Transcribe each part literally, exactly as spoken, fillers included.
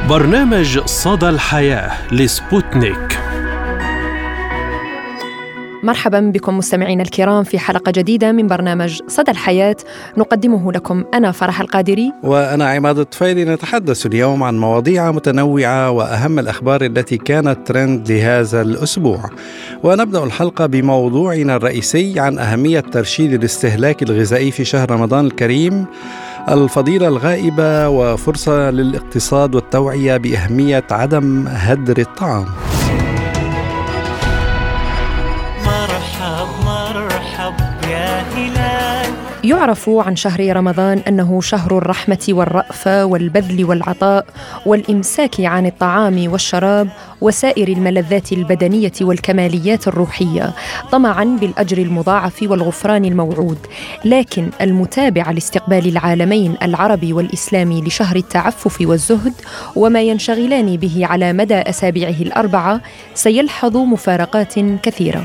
برنامج صدى الحياة لسبوتنيك. مرحبا بكم مستمعين الكرام في حلقة جديدة من برنامج صدى الحياة، نقدمه لكم أنا فرح القادري وأنا عماد الطفيلي. نتحدث اليوم عن مواضيع متنوعة وأهم الأخبار التي كانت ترند لهذا الأسبوع. ونبدأ الحلقة بموضوعنا الرئيسي عن أهمية ترشيد الاستهلاك الغذائي في شهر رمضان الكريم، الفضيلة الغائبة وفرصة للاقتصاد والتوعية بأهمية عدم هدر الطعام. يعرف عن شهر رمضان أنه شهر الرحمة والرأفة والبذل والعطاء والإمساك عن الطعام والشراب وسائر الملذات البدنية والكماليات الروحية، طمعاً بالأجر المضاعف والغفران الموعود. لكن المتابع لاستقبال العالمين العربي والإسلامي لشهر التعفف والزهد وما ينشغلان به على مدى أسابيعه الأربعة سيلحظ مفارقات كثيرة.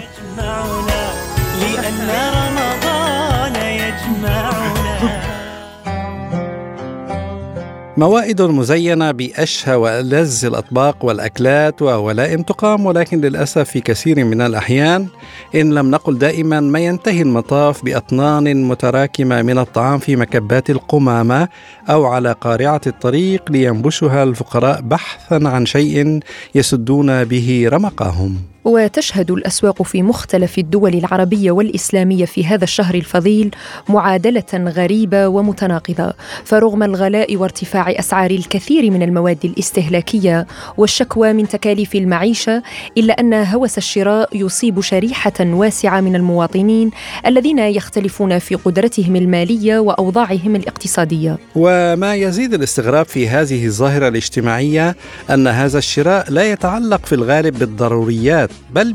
موائد مزينة بأشهى وألذ الأطباق والأكلات وولائم تقام، ولكن للأسف في كثير من الأحيان إن لم نقل دائما ما ينتهي المطاف بأطنان متراكمة من الطعام في مكبات القمامة أو على قارعة الطريق لينبشها الفقراء بحثا عن شيء يسدون به رمقهم. وتشهد الأسواق في مختلف الدول العربية والإسلامية في هذا الشهر الفضيل معادلة غريبة ومتناقضة، فرغم الغلاء وارتفاع أسعار الكثير من المواد الاستهلاكية والشكوى من تكاليف المعيشة، إلا أن هوس الشراء يصيب شريحة واسعة من المواطنين الذين يختلفون في قدرتهم المالية وأوضاعهم الاقتصادية. وما يزيد الاستغراب في هذه الظاهرة الاجتماعية أن هذا الشراء لا يتعلق في الغالب بالضروريات، بل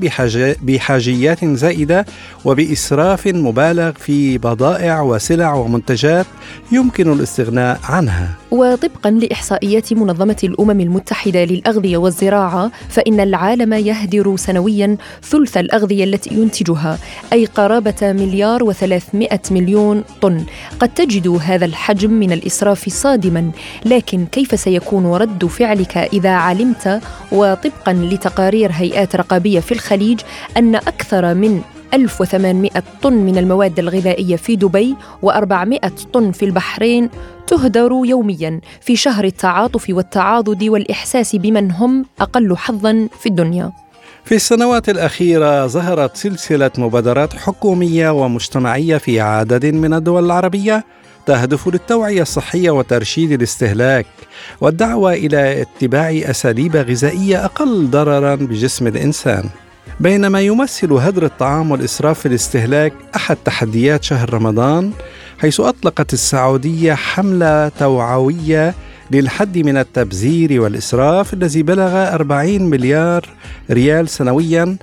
بحاجيات زائدة وبإسراف مبالغ في بضائع وسلع ومنتجات يمكن الاستغناء عنها. وطبقا لإحصائيات منظمة الأمم المتحدة للأغذية والزراعة، فإن العالم يهدر سنويا ثلث الأغذية التي ينتجها، أي قرابة مليار وثلاثمائة مليون طن. قد تجد هذا الحجم من الإسراف صادما، لكن كيف سيكون رد فعلك إذا علمت وطبقا لتقارير هيئات رقابية في الخليج أن أكثر من ألف وثمانمائة طن من المواد الغذائية في دبي وأربعمائة طن في البحرين تهدر يومياً في شهر التعاطف والتعاضد والإحساس بمن هم أقل حظاً في الدنيا. في السنوات الأخيرة ظهرت سلسلة مبادرات حكومية ومجتمعية في عدد من الدول العربية تهدف للتوعية الصحية وترشيد الاستهلاك والدعوة إلى اتباع أساليب غذائية أقل ضرراً بجسم الإنسان. بينما يمثل هدر الطعام والإسراف في الاستهلاك أحد تحديات شهر رمضان، حيث أطلقت السعودية حملة توعوية للحد من التبذير والإسراف الذي بلغ أربعين مليار ريال سنوياً،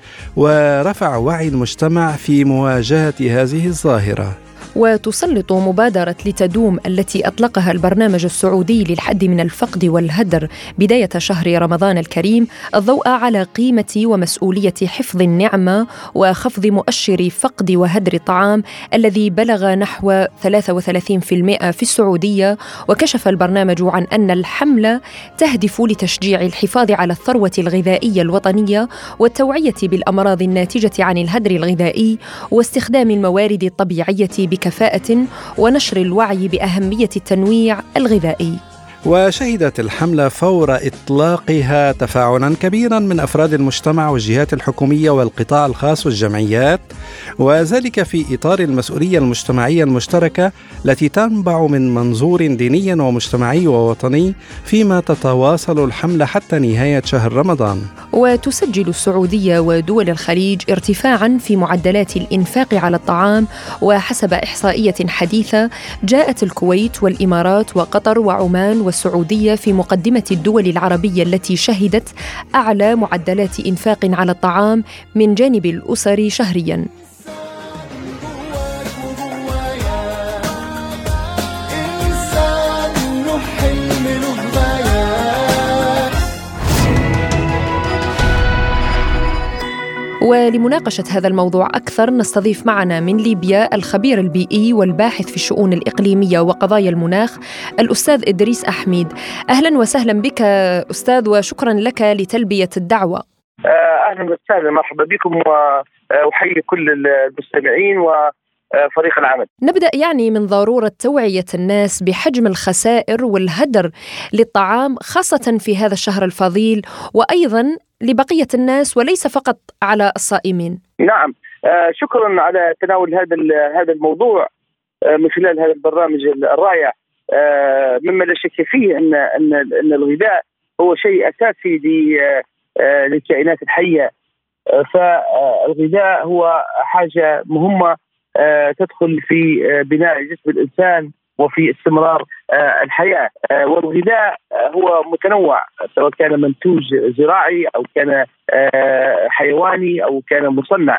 ورفع وعي المجتمع في مواجهة هذه الظاهرة. وتسلط مبادرة لتدوم التي أطلقها البرنامج السعودي للحد من الفقد والهدر بداية شهر رمضان الكريم الضوء على قيمة ومسؤولية حفظ النعمة وخفض مؤشر فقد وهدر الطعام الذي بلغ نحو ثلاثة وثلاثين بالمئة في السعودية. وكشف البرنامج عن أن الحملة تهدف لتشجيع الحفاظ على الثروة الغذائية الوطنية والتوعية بالأمراض الناتجة عن الهدر الغذائي واستخدام الموارد الطبيعية بكفاءة ونشر الوعي بأهمية التنويع الغذائي. وشهدت الحملة فور إطلاقها تفاعلا كبيرا من أفراد المجتمع والجهات الحكومية والقطاع الخاص والجمعيات، وذلك في إطار المسؤولية المجتمعية المشتركة التي تنبع من منظور ديني ومجتمعي ووطني، فيما تتواصل الحملة حتى نهاية شهر رمضان. وتسجل السعودية ودول الخليج ارتفاعا في معدلات الإنفاق على الطعام، وحسب إحصائية حديثة جاءت الكويت والإمارات وقطر وعمان والسعودية في مقدمة الدول العربية التي شهدت أعلى معدلات إنفاق على الطعام من جانب الأسر شهرياً. ولمناقشة هذا الموضوع أكثر نستضيف معنا من ليبيا الخبير البيئي والباحث في الشؤون الإقليمية وقضايا المناخ الأستاذ إدريس أحميد. أهلا وسهلا بك أستاذ، وشكرا لك لتلبية الدعوة. أهلا وسهلا، مرحبا بكم، وأحيي كل المستمعين وفريق العمل. نبدأ يعني من ضرورة توعية الناس بحجم الخسائر والهدر للطعام خاصة في هذا الشهر الفضيل، وأيضا لبقية الناس وليس فقط على الصائمين. نعم، شكرا على تناول هذا هذا الموضوع من خلال هذا البرنامج الرائع، مما لا شك فيه أن أن أن الغذاء هو شيء أساسي للكائنات الحية. فالغذاء هو حاجة مهمة تدخل في بناء جسم الإنسان وفي استمرار الحياة. والغذاء هو متنوع، سواء كان منتوج زراعي أو كان حيواني أو كان مصنع.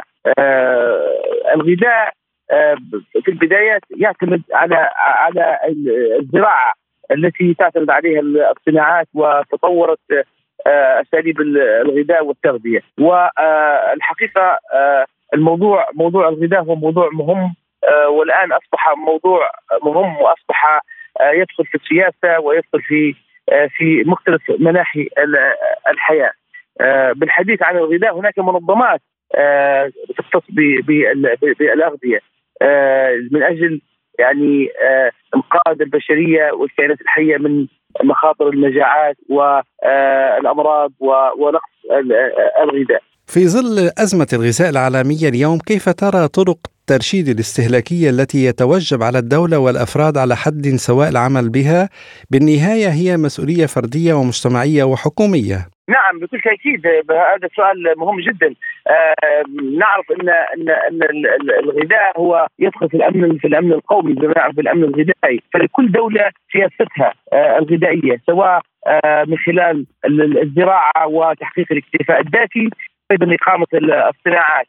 الغذاء في البدايات يعتمد على على الزراعة التي تعتمد عليها الصناعات، وتطورت أساليب الغذاء والتغذية. والحقيقة الموضوع موضوع الغذاء هو موضوع مهم، والآن أصبح موضوع مهم، وأصبح يدخل في السياسة ويدخل في في مختلف مناحي الحياة. بالحديث عن الغذاء هناك منظمات تختص بالأغذية من أجل يعني إنقاذ البشرية والكائنات الحية من مخاطر المجاعات والأمراض ونقص الغذاء. في ظل أزمة الغذاء العالمية اليوم، كيف ترى طرق الترشيد الاستهلاكية التي يتوجب على الدولة والأفراد على حد سواء العمل بها؟ بالنهاية هي مسؤولية فردية ومجتمعية وحكومية. نعم، بكل تأكيد هذا سؤال مهم جدا. آه نعرف ان ان ان الغذاء هو يدخل في الامن في الامن القومي، بما نعرف بالامن الغذائي. فلكل دوله سياستها آه الغذائيه، سواء آه من خلال الزراعه وتحقيق الاكتفاء الذاتي، ايضا اقامه الصناعات.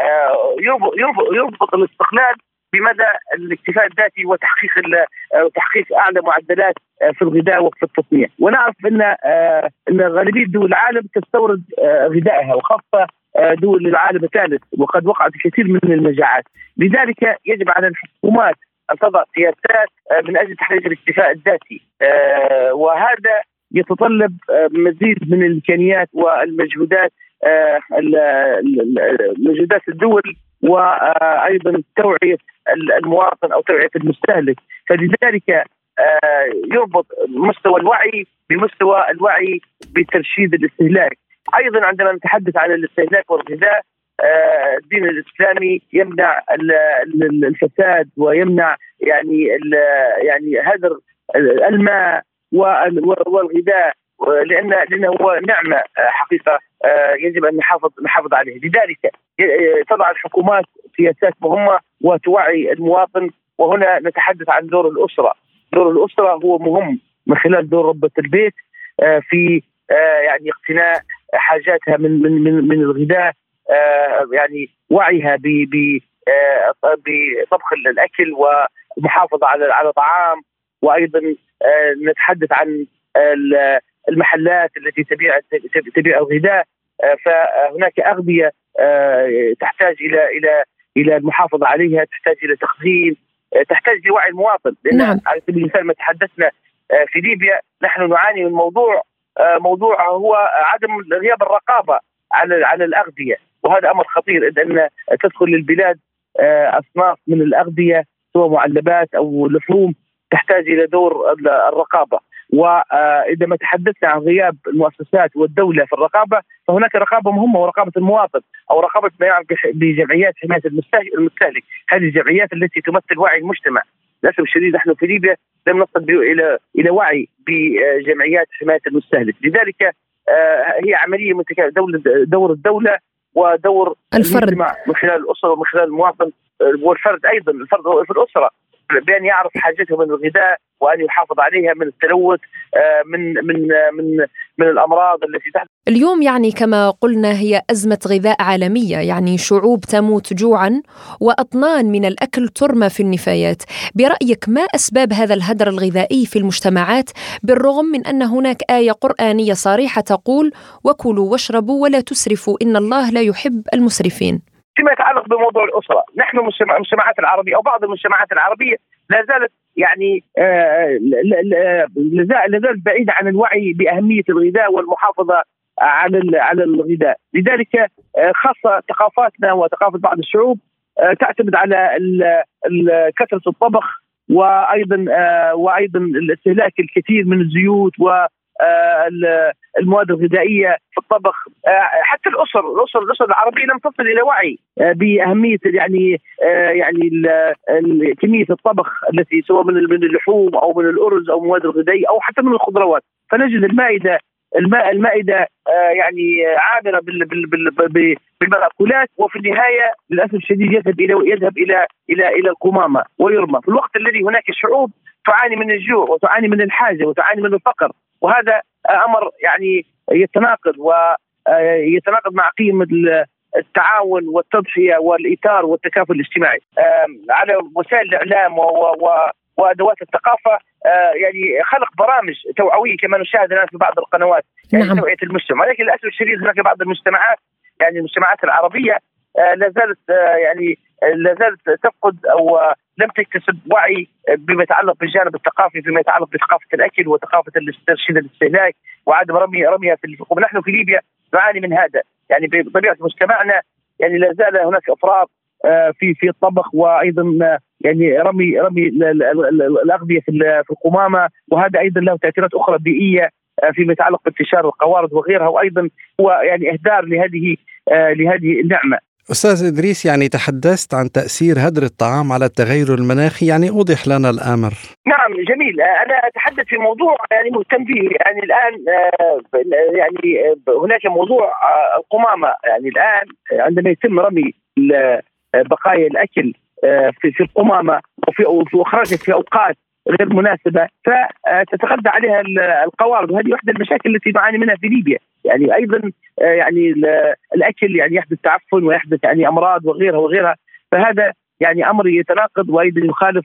فيربط الاستقلال بمدى الاكتفاء الذاتي وتحقيق وتحقيق اعلى معدلات في الغذاء وفي التصنيع. ونعرف ان ان غالبيه دول العالم تستورد غذائها، وخاصه دول العالم الثالث، وقد وقعت الكثير من المجاعات. لذلك يجب على الحكومات ان تضع سياسات من اجل تحقيق الاكتفاء الذاتي، وهذا يتطلب مزيد من الامكانيات والمجهودات، مجهودات الدول، وايضا توعيه المواطن او توعيه المستهلك. فلذلك يربط مستوى الوعي بمستوى الوعي بترشيد الاستهلاك. ايضا عندما نتحدث عن الاستهلاك والغذاء، الدين الاسلامي يمنع الفساد ويمنع يعني يعني هدر الماء والغذاء، لان لانه هو نعمه حقيقه يجب ان نحافظ نحافظ عليه. لذلك تضع الحكومات سياسات مهمه وتوعي المواطن. وهنا نتحدث عن دور الاسره. دور الاسره هو مهم من خلال دور ربة البيت في يعني اقتناء حاجاتها من من من, من الغذاء، يعني وعيها بطبخ الاكل ومحافظه على على طعام. وايضا نتحدث عن المحلات التي تبيع تبيع الغذاء. فهناك أغذية تحتاج إلى إلى إلى المحافظة عليها، تحتاج إلى تخزين، تحتاج لوعي المواطن. لأن نعم. على سبيل المثال ما تحدثنا في ليبيا، نحن نعاني من موضوع موضوع هو عدم غياب الرقابة على على الأغذية، وهذا أمر خطير، إذ أن تدخل للبلاد أصناف من الأغذية سواء معلبات أو لحوم تحتاج إلى دور الرقابة. وإذا ما تحدثنا عن غياب المؤسسات والدولة في الرقابة، فهناك رقابة مهمة، ورقابة المواطن أو رقابة ما يعرف بجمعيات حماية المستهلك. هذه الجمعيات التي تمثل وعي المجتمع. للأسف الشديد نحن في ليبيا لم نصل إلى إلى وعي بجمعيات حماية المستهلك. لذلك هي عملية متكاملة، دور الدولة ودور الفرد المجتمع من خلال الأسرة ومن خلال المواطن، والفرد أيضا الفرد في الأسرة، بأن يعرف حاجته من الغذاء وأن يحافظ عليها من التلوث، من من من من الأمراض التي تحدث اليوم يعني كما قلنا هي أزمة غذاء عالمية، يعني شعوب تموت جوعا وأطنان من الأكل ترمى في النفايات. برأيك ما أسباب هذا الهدر الغذائي في المجتمعات، بالرغم من أن هناك آية قرآنية صريحة تقول وكلوا واشربوا ولا تسرفوا إن الله لا يحب المسرفين؟ فيما يتعلق بموضوع الأسرة، نحن المجتمعات العربية أو بعض المجتمعات العربية لا زالت يعني آه لا زالت بعيدة عن الوعي بأهمية الغذاء والمحافظة على على الغذاء. لذلك آه خاصة ثقافاتنا وثقافة بعض الشعوب آه تعتمد على كثرة الطبخ، وأيضا آه وأيضا الاستهلاك الكثير من الزيوت و المواد الغذائية في الطبخ. حتى الأسر الأسر الأسر العربية لم تصل إلى وعي بأهمية يعني يعني كمية الطبخ التي سواء من اللحوم أو من الأرز أو المواد الغذائية أو حتى من الخضروات. فنجد المائدة الماء المائدة يعني عامرة بالمأكولات، وفي النهاية للأسف الشديد يذهب إلى يذهب إلى إلى إلى القمامة ويرمى، في الوقت الذي هناك شعوب تعاني من الجوع وتعاني من الحاجة وتعاني من الفقر. وهذا أمر يعني يتناقض ويتناقض مع قيمة التعاون والتضحية والإيثار والتكافل الاجتماعي. على وسائل الإعلام وأدوات الثقافة يعني خلق برامج توعوية كما نشاهد الآن في بعض القنوات، يعني نعم. توعية المجتمع، ولكن للأسف الشديد هناك بعض المجتمعات يعني المجتمعات العربية لا زالت يعني لا زالت تفقد أو لم تكتسب وعي بما يتعلق بالجانب الثقافي، فيما يتعلق بثقافة الأكل وثقافة ترشيد الاستهلاك وعدم رمي رميها في الفقوم. نحن في ليبيا نعاني من هذا، يعني بطبيعة مجتمعنا يعني لا زال هناك إفراط في في الطبخ، وأيضا يعني رمي رمي الأغذية في القمامة، وهذا أيضا له تأثيرات أخرى بيئية فيما يتعلق بانتشار القوارض وغيرها، وأيضا هو يعني إهدار لهذه لهذه النعمة. أستاذ إدريس، يعني تحدثت عن تأثير هدر الطعام على التغير المناخي، يعني أوضح لنا الأمر. نعم جميل، أنا أتحدث في موضوع يعني مهتم به. يعني الآن يعني هناك موضوع القمامة، يعني الآن عندما يتم رمي بقايا الأكل في في القمامة وفي وإخراجها في أوقات غير مناسبة فتتغذى عليها القوارض، وهذه واحدة المشاكل التي نعاني منها في ليبيا. يعني أيضا يعني الأكل يعني يحدث تعفن ويحدث يعني أمراض وغيرها وغيرها، فهذا يعني أمر يتناقض وأيضا يخالف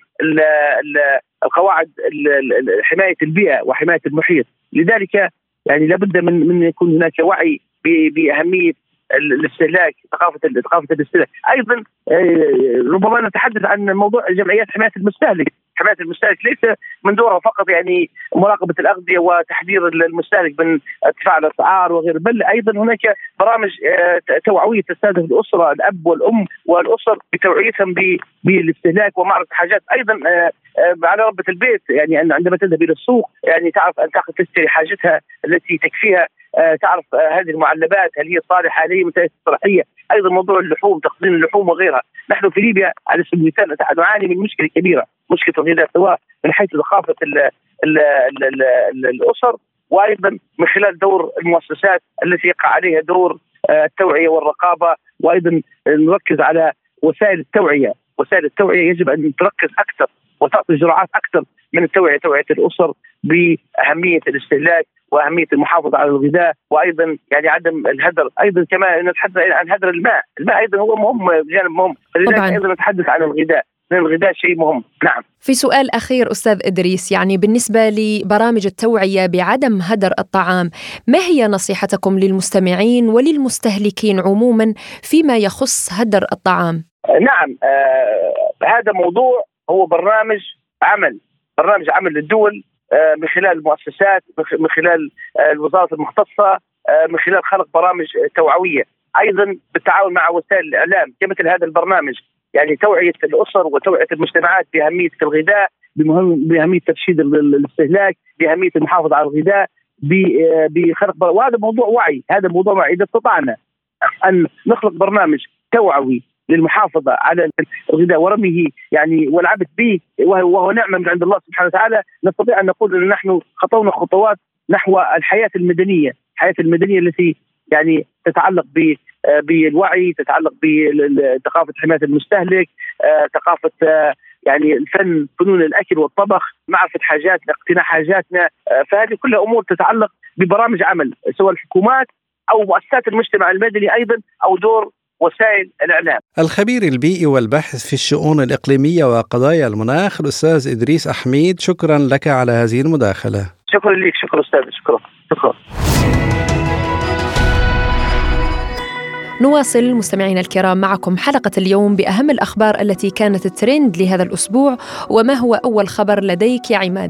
القواعد حماية البيئة وحماية المحيط. لذلك يعني لابد من من يكون هناك وعي بأهمية الاستهلاك، ثقافة ثقافة الاستهلاك. أيضا ربما نتحدث عن موضوع جمعيات حماية المستهلك. حماية المستهلك ليس من دورها فقط يعني مراقبة الأغذية وتحذير المستهلك من ارتفاع الأسعار وغيره، بل أيضا هناك برامج توعوية تستهدف الأسرة، الأب والأم والأسر بتوعيتهم بالاستهلاك ومعرفة حاجات. أيضا على ربة البيت يعني عندما تذهب إلى السوق يعني تعرف أن تأخذ تشتري حاجتها التي تكفيها، تعرف هذه المعلبات هل هي صالحة هل هي منتهية الصلاحية. أيضا موضوع اللحوم، تخزين اللحوم وغيرها. نحن في ليبيا على سبيل المثال نعاني من مشكلة كبيرة، مشكلة الغذاء، سواء من حيث ثقافة الأسر وأيضا من خلال دور المؤسسات التي يقع عليها دور التوعية والرقابة، وأيضا نركز على وسائل التوعية. وسائل التوعية يجب أن تركز أكثر وتعطي جرعات أكثر من التوعية، توعية الأسر بأهمية الاستهلاك وأهمية المحافظة على الغذاء، وأيضا يعني عدم الهدر. أيضا كما نتحدث عن هدر الماء، الماء أيضا هو مهم، جانب مهم، فلذلك أيضا نتحدث عن الغذاء، لأن الغذاء شيء مهم. نعم. في سؤال أخير أستاذ إدريس، يعني بالنسبة لبرامج التوعية بعدم هدر الطعام، ما هي نصيحتكم للمستمعين وللمستهلكين عموما فيما يخص هدر الطعام؟ نعم، آه هذا موضوع هو برنامج عمل برنامج عمل للدول من خلال المؤسسات، من خلال الوزارات المختصة، من خلال خلق برامج توعوية، أيضا بالتعاون مع وسائل الإعلام كمثل هذا البرنامج، يعني توعية الأسر وتوعية المجتمعات بأهمية الغذاء، بأهمية ترشيد الاستهلاك، بأهمية المحافظة على الغذاء، بخلق. وهذا موضوع وعي، هذا موضوع وعي. إذا استطعنا أن نخلق برنامج توعوي للمحافظة على الغذاء ورميه يعني والعبث به، وهو نعمة من عند الله سبحانه وتعالى، نستطيع أن نقول أن نحن خطونا خطوات نحو الحياة المدنية، الحياة المدنية التي يعني تتعلق بالوعي، تتعلق بثقافة حماية المستهلك، ثقافة يعني الفن، فنون الأكل والطبخ، معرفة حاجاتنا، اقتناء حاجاتنا. فهذه كلها أمور تتعلق ببرامج عمل، سواء الحكومات أو مؤسسات المجتمع المدني أيضا أو دور وسائل الإعلام. الخبير البيئي والباحث في الشؤون الإقليمية وقضايا المناخ الأستاذ إدريس أحميد، شكرا لك على هذه المداخلة. شكرا لك. شكرا أستاذ. شكرا شكرا. نواصل مستمعينا الكرام معكم حلقة اليوم بأهم الأخبار التي كانت الترند لهذا الأسبوع. وما هو أول خبر لديك يا عماد؟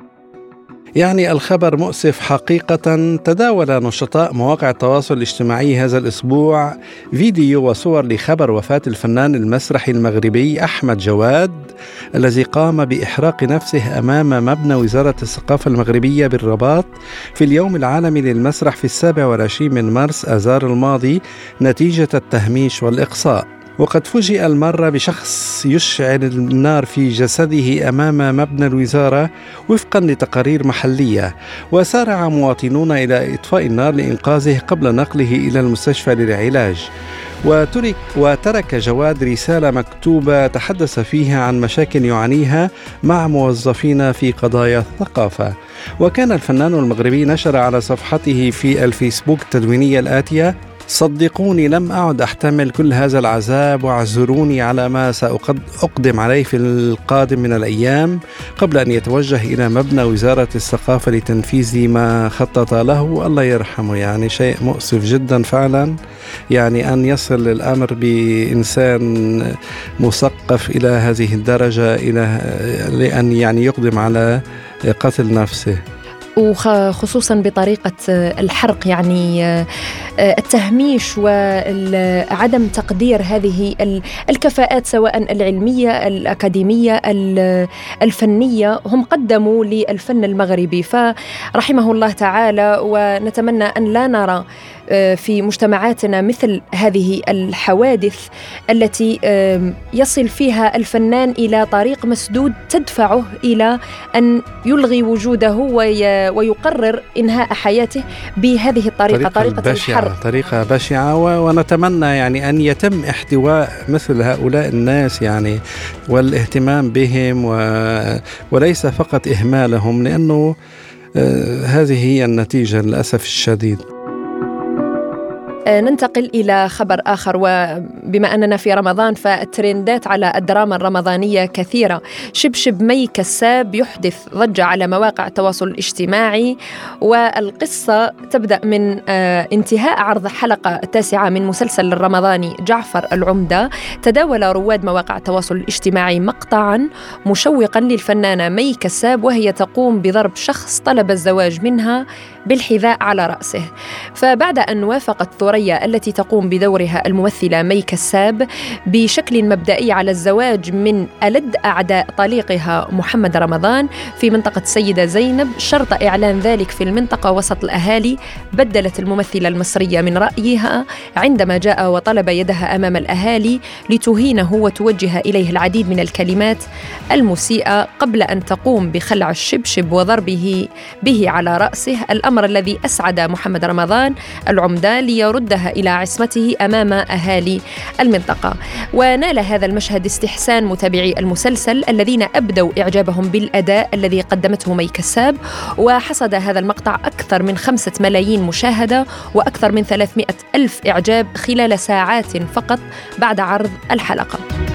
يعني الخبر مؤسف حقيقة. تداول نشطاء مواقع التواصل الاجتماعي هذا الأسبوع فيديو وصور لخبر وفاة الفنان المسرحي المغربي أحمد جواد الذي قام بإحراق نفسه أمام مبنى وزارة الثقافة المغربية بالرباط في اليوم العالمي للمسرح في السابع والعشرين من مارس آذار الماضي نتيجة التهميش والإقصاء. وقد فوجئ المرة بشخص يشعل النار في جسده أمام مبنى الوزارة وفقا لتقارير محلية، وسارع مواطنون إلى إطفاء النار لإنقاذه قبل نقله إلى المستشفى للعلاج. وترك وترك جواد رسالة مكتوبة تحدث فيها عن مشاكل يعانيها مع موظفين في قضايا الثقافة. وكان الفنان المغربي نشر على صفحته في الفيسبوك التدوينية الآتية: صدقوني لم أعد أحتمل كل هذا العذاب، واعذروني على ما سأقدم عليه في القادم من الأيام، قبل أن يتوجه إلى مبنى وزارة الثقافة لتنفيذ ما خطط له. الله يرحمه. يعني شيء مؤسف جدا فعلا، يعني أن يصل الأمر بإنسان مثقف إلى هذه الدرجة، إلى لأن يعني يقدم على قتل نفسه، وخصوصا بطريقة الحرق. يعني التهميش وعدم تقدير هذه الكفاءات سواء العلمية الأكاديمية الفنية هم قدموا للفن المغربي، فرحمه الله تعالى. ونتمنى أن لا نرى في مجتمعاتنا مثل هذه الحوادث التي يصل فيها الفنان إلى طريق مسدود تدفعه إلى أن يلغي وجوده ويقرر إنهاء حياته بهذه الطريقة، طريقة الحرب، طريقة بشعة. ونتمنى يعني أن يتم احتواء مثل هؤلاء الناس يعني والاهتمام بهم وليس فقط إهمالهم، لأنه هذه هي النتيجة للأسف الشديد. ننتقل إلى خبر آخر، وبما أننا في رمضان فالترندات على الدراما الرمضانية كثيرة. شبشب مي كساب يحدث ضجة على مواقع التواصل الاجتماعي، والقصة تبدأ من انتهاء عرض حلقة التاسعة من مسلسل الرمضاني جعفر العمدة. تداول رواد مواقع التواصل الاجتماعي مقطعا مشوقا للفنانة مي كساب وهي تقوم بضرب شخص طلب الزواج منها بالحذاء على رأسه. فبعد أن وافقت ثريا التي تقوم بدورها الممثلة مي كساب بشكل مبدئي على الزواج من ألد أعداء طليقها محمد رمضان في منطقة السيدة زينب شرط إعلان ذلك في المنطقة وسط الأهالي، بدلت الممثلة المصرية من رأيها عندما جاء وطلب يدها أمام الأهالي لتهينه وتوجه إليه العديد من الكلمات المسيئة قبل أن تقوم بخلع الشبشب وضربه به على رأسه، الأمر الذي أسعد محمد رمضان العمدة ليردها إلى عصمته أمام أهالي المنطقة. ونال هذا المشهد استحسان متابعي المسلسل الذين أبدوا إعجابهم بالأداء الذي قدمته مي كساب، وحصد هذا المقطع أكثر من خمسة ملايين مشاهدة وأكثر من ثلاثمائة ألف إعجاب خلال ساعات فقط بعد عرض الحلقة.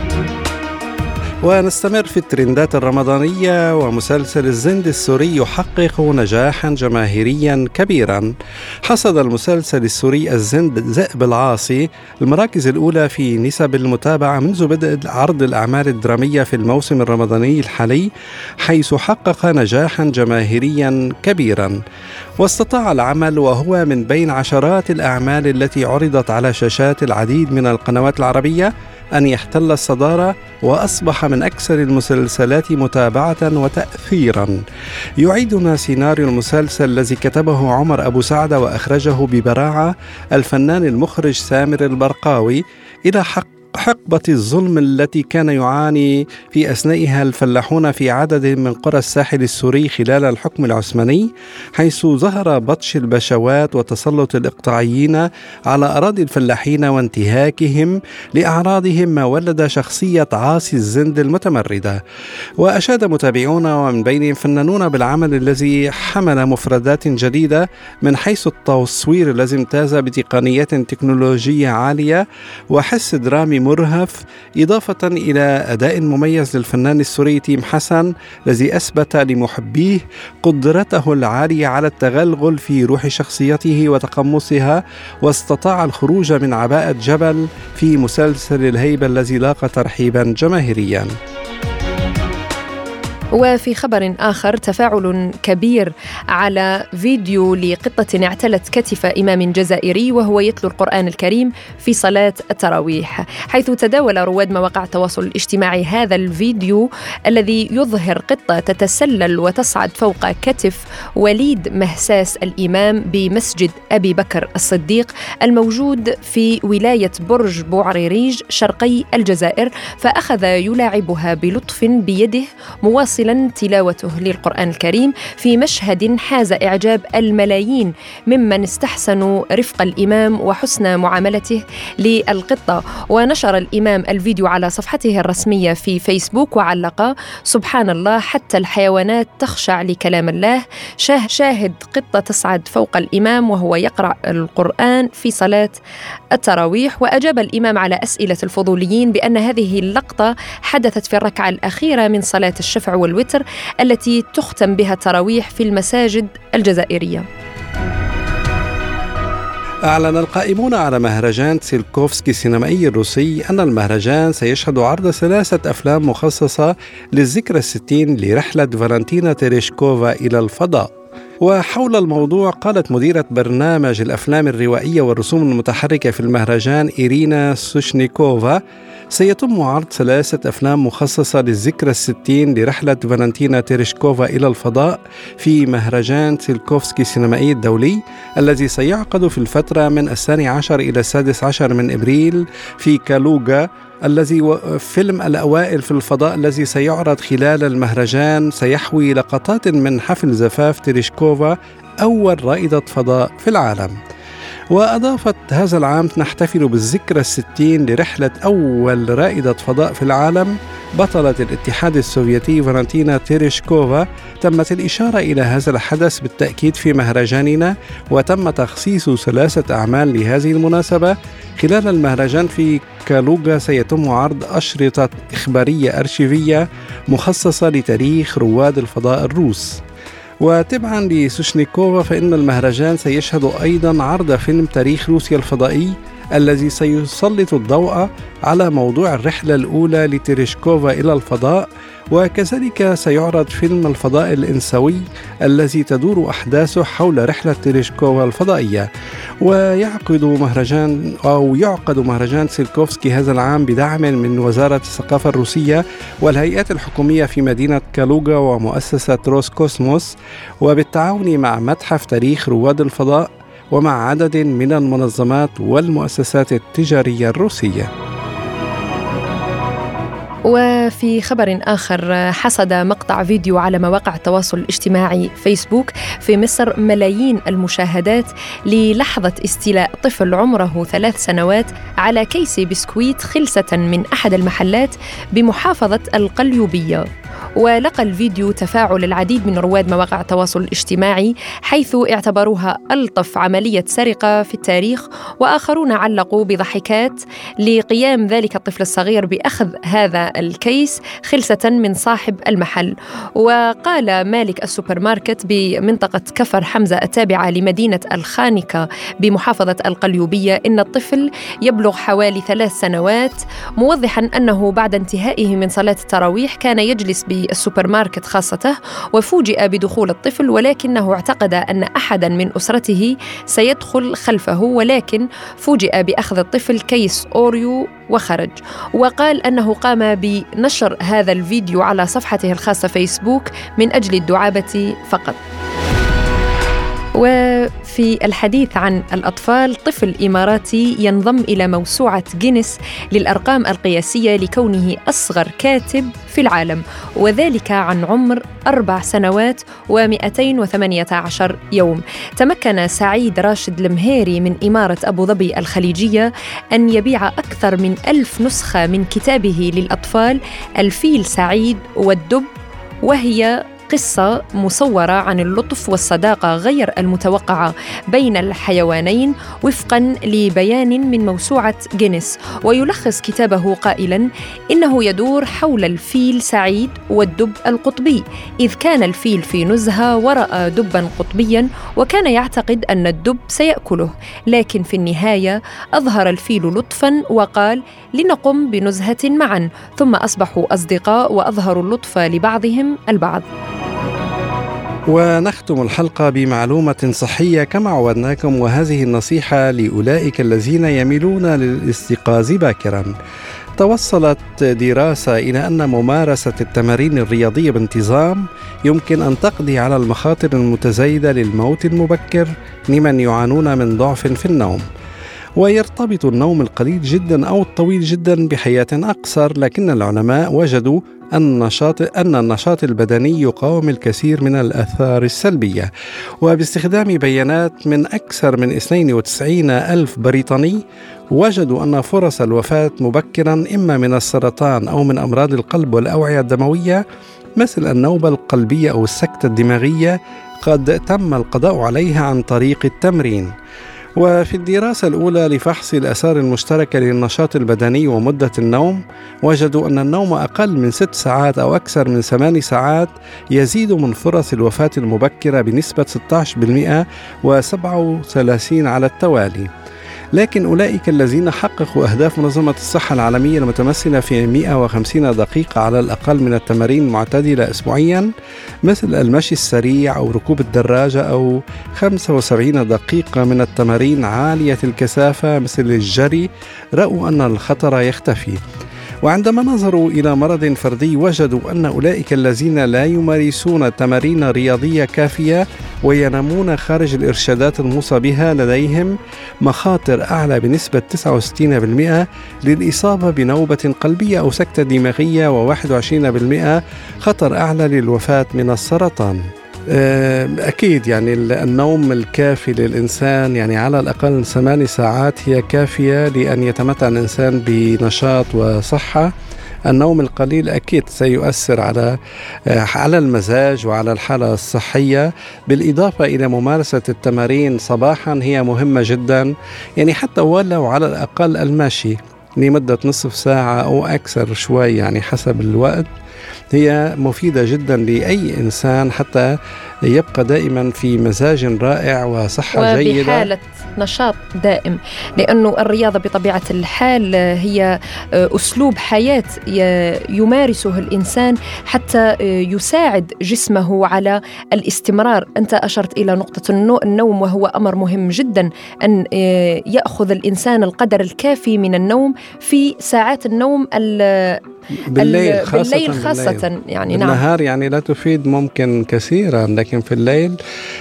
ونستمر في الترندات الرمضانية، ومسلسل الزند السوري يحقق نجاحا جماهيريا كبيرا. حصد المسلسل السوري الزند ذئب العاصي المراكز الأولى في نسب المتابعة منذ بدء عرض الأعمال الدرامية في الموسم الرمضاني الحالي، حيث حقق نجاحا جماهيريا كبيرا. واستطاع العمل وهو من بين عشرات الأعمال التي عرضت على شاشات العديد من القنوات العربية أن يحتل الصدارة، وأصبح من أكثر المسلسلات متابعة وتأثيرا. يعيدنا سيناريو المسلسل الذي كتبه عمر أبو سعدة وأخرجه ببراعة الفنان المخرج سامر البرقاوي إلى حق حقبة الظلم التي كان يعاني في أثنائها الفلاحون في عدد من قرى الساحل السوري خلال الحكم العثماني، حيث ظهر بطش البشوات وتسلط الإقطاعيين على أراضي الفلاحين وانتهاكهم لأعراضهم، ما ولد شخصية عاصي الزند المتمردة. وأشاد متابعون ومن بينهم فنانون بالعمل الذي حمل مفردات جديدة من حيث التصوير الذي امتاز بتقنيات تكنولوجية عالية وحس درامي مرهف، إضافة إلى أداء مميز للفنان السوري تيم حسن الذي أثبت لمحبيه قدرته العالية على التغلغل في روح شخصيته وتقمصها، واستطاع الخروج من عباءة جبل في مسلسل الهيبة الذي لاقى ترحيبا جماهيريا. وفي خبر آخر، تفاعل كبير على فيديو لقطة اعتلت كتف إمام جزائري وهو يتلو القرآن الكريم في صلاة التراويح، حيث تداول رواد مواقع التواصل الاجتماعي هذا الفيديو الذي يظهر قطة تتسلل وتصعد فوق كتف وليد مهساس الإمام بمسجد أبي بكر الصديق الموجود في ولاية برج بوعريريج شرقي الجزائر، فأخذ يلاعبها بلطف بيده مواصلا تلاوته للقرآن الكريم في مشهد حاز إعجاب الملايين ممن استحسنوا رفق الإمام وحسن معاملته للقطة. ونشر الإمام الفيديو على صفحته الرسمية في فيسبوك وعلق: سبحان الله، حتى الحيوانات تخشع لكلام الله. شاهد قطة تصعد فوق الإمام وهو يقرأ القرآن في صلاة التراويح. وأجاب الإمام على أسئلة الفضوليين بأن هذه اللقطة حدثت في الركعة الأخيرة من صلاة الشفع والوتر التي تختم بها التراويح في المساجد الجزائرية. أعلن القائمون على مهرجان تسيلكوفسكي السينمائي الروسي أن المهرجان سيشهد عرض ثلاثة أفلام مخصصة للذكرى الستين لرحلة فالنتينا تيريشكوفا إلى الفضاء. وحول الموضوع قالت مديرة برنامج الأفلام الروائية والرسوم المتحركة في المهرجان إيرينا سوشنيكوفا: سيتم عرض ثلاثة أفلام مخصصة للذكرى الستين لرحلة فالنتينا تيريشكوفا إلى الفضاء في مهرجان تسيلكوفسكي السينمائي الدولي الذي سيعقد في الفترة من الثاني عشر إلى السادس عشر من إبريل في كالوغا، الذي فيلم الأوائل في الفضاء الذي سيعرض خلال المهرجان سيحوي لقطات من حفل زفاف تيريشكوفا أول رائدة فضاء في العالم. وأضافت: هذا العام نحتفل بالذكرى الستين لرحلة أول رائدة فضاء في العالم بطلة الاتحاد السوفيتي فالنتينا تيريشكوفا. تمت الإشارة إلى هذا الحدث بالتأكيد في مهرجاننا، وتم تخصيص ثلاثة أعمال لهذه المناسبة. خلال المهرجان في كالوغا سيتم عرض أشرطة إخبارية أرشيفية مخصصة لتاريخ رواد الفضاء الروس. وتبعا لسوشنيكوفا فإن المهرجان سيشهد أيضا عرض فيلم تاريخ روسيا الفضائي الذي سيسلط الضوء على موضوع الرحلة الأولى لتيريشكوفا إلى الفضاء، وكذلك سيعرض فيلم الفضاء الإنسوي الذي تدور أحداثه حول رحلة تيريشكوفا الفضائية. ويعقد مهرجان أو يعقد مهرجان تسيلكوفسكي هذا العام بدعم من وزارة الثقافة الروسية والهيئات الحكومية في مدينة كالوغا ومؤسسة روسكوسموس، وبالتعاون مع متحف تاريخ رواد الفضاء ومع عدد من المنظمات والمؤسسات التجارية الروسية. وفي خبر آخر، حصد مقطع فيديو على مواقع التواصل الاجتماعي فيسبوك في مصر ملايين المشاهدات للحظة استيلاء طفل عمره ثلاث سنوات على كيس بسكويت خلسة من أحد المحلات بمحافظة القليوبية. ولقى الفيديو تفاعل العديد من رواد مواقع التواصل الاجتماعي، حيث اعتبروها ألطف عملية سرقة في التاريخ، وآخرون علقوا بضحكات لقيام ذلك الطفل الصغير بأخذ هذا الكيس خلسة من صاحب المحل. وقال مالك السوبر ماركت بمنطقة كفر حمزة التابعة لمدينة الخانقة بمحافظة القليوبية إن الطفل يبلغ حوالي ثلاث سنوات، موضحا أنه بعد انتهائه من صلاة التراويح كان يجلس بالسوبر ماركت خاصته وفوجئ بدخول الطفل، ولكنه اعتقد أن أحدا من أسرته سيدخل خلفه، ولكن فوجئ بأخذ الطفل كيس أوريو وخرج. وقال أنه قام بنشر هذا الفيديو على صفحته الخاصة فيسبوك من أجل الدعابة فقط. وفي في الحديث عن الأطفال، طفل إماراتي ينضم إلى موسوعة غينيس للأرقام القياسية لكونه أصغر كاتب في العالم، وذلك عن عمر أربع سنوات ومئتين وثمانية عشر يوم. تمكن سعيد راشد المهيري من إمارة أبو ظبي الخليجية أن يبيع أكثر من ألف نسخة من كتابه للأطفال الفيل سعيد والدب، وهي قصة مصورة عن اللطف والصداقة غير المتوقعة بين الحيوانين وفقاً لبيان من موسوعة غينيس. ويلخص كتابه قائلاً إنه يدور حول الفيل سعيد والدب القطبي، إذ كان الفيل في نزهة ورأى دباً قطبياً وكان يعتقد أن الدب سيأكله، لكن في النهاية أظهر الفيل لطفاً وقال لنقم بنزهة معاً، ثم أصبحوا أصدقاء وأظهروا اللطف لبعضهم البعض. ونختم الحلقة بمعلومة صحية كما عودناكم، وهذه النصيحة لأولئك الذين يميلون للاستيقاظ باكرا. توصلت دراسة إلى أن ممارسة التمارين الرياضية بانتظام يمكن أن تقضي على المخاطر المتزايدة للموت المبكر لمن يعانون من ضعف في النوم. ويرتبط النوم القليل جدا أو الطويل جدا بحياة أقصر، لكن العلماء وجدوا أن النشاط, أن النشاط البدني يقاوم الكثير من الآثار السلبية. وباستخدام بيانات من أكثر من اثنين وتسعين ألف بريطاني وجدوا أن فرص الوفاة مبكرا إما من السرطان أو من أمراض القلب والأوعية الدموية مثل النوبة القلبية أو السكتة الدماغية قد تم القضاء عليها عن طريق التمرين. وفي الدراسة الأولى لفحص الآثار المشتركة للنشاط البدني ومدة النوم وجدوا أن النوم أقل من ست ساعات أو أكثر من ثمان ساعات يزيد من فرص الوفاة المبكرة بنسبة ستة عشر بالمئة وسبعة وثلاثين على التوالي. لكن أولئك الذين حققوا أهداف منظمة الصحة العالمية المتمثلة في مئة وخمسين دقيقة على الأقل من التمارين المعتدلة أسبوعيا مثل المشي السريع أو ركوب الدراجة، أو خمسة وسبعين دقيقة من التمارين عالية الكثافة مثل الجري، رأوا أن الخطر يختفي. وعندما نظروا إلى مرض فردي وجدوا أن أولئك الذين لا يمارسون تمارين رياضية كافية وينامون خارج الإرشادات الموصى بها لديهم مخاطر أعلى بنسبة تسعة وستين بالمئة للإصابة بنوبة قلبية أو سكتة دماغية، وواحد وعشرين بالمئة خطر أعلى للوفاة من السرطان. أكيد يعني النوم الكافي للإنسان يعني على الأقل ثمان ساعات هي كافية لأن يتمتع الإنسان بنشاط وصحة. النوم القليل أكيد سيؤثر على على المزاج وعلى الحالة الصحية، بالإضافة إلى ممارسة التمارين صباحا هي مهمة جدا، يعني حتى ولو على الأقل المشي لمدة نصف ساعة أو أكثر شوي يعني حسب الوقت هي مفيدة جدا لأي إنسان حتى يبقى دائما في مزاج رائع وصحة جيدة وبحالة نشاط دائم، لأنه الرياضة بطبيعة الحال هي أسلوب حياة يمارسه الإنسان حتى يساعد جسمه على الاستمرار. أنت أشرت إلى نقطة النوم وهو أمر مهم جدا، أن يأخذ الإنسان القدر الكافي من النوم في ساعات النوم بالليل خاصة, بالليل خاصة بالليل. يعني نعم. النهار يعني لا تفيد ممكن كثيرا، لكن في الليل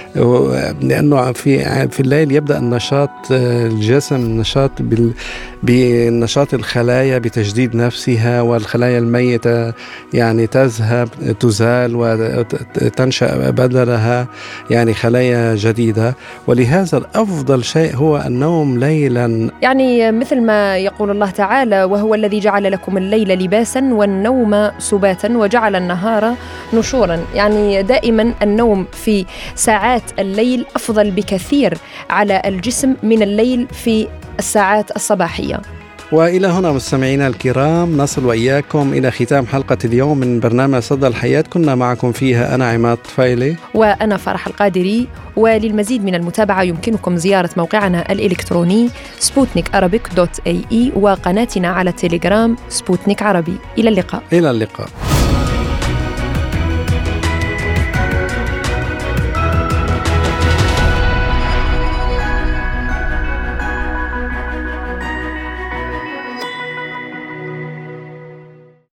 لأنه في في الليل يبدأ النشاط الجسم نشاط بال بنشاط الخلايا بتجديد نفسها، والخلايا الميتة يعني تذهب تزال وتنشأ بدلها يعني خلايا جديدة. ولهذا الأفضل شيء هو النوم ليلا، يعني مثل ما يقول الله تعالى: وهو الذي جعل لكم الليل لباسا والنوم سباتا وجعل النهار نشورا. يعني دائما النوم في ساعات الليل أفضل بكثير على الجسم من الليل في الساعات الصباحية. وإلى هنا مستمعينا الكرام نصل وإياكم إلى ختام حلقة اليوم من برنامج صدى الحياة. كنا معكم فيها أنا عماد طفيلي وأنا فرح القادري. وللمزيد من المتابعة يمكنكم زيارة موقعنا الإلكتروني سبوتنيك أرابيك دوت إيه إي وقناتنا على التليجرام سبوتنيك عربي. إلى اللقاء. إلى اللقاء.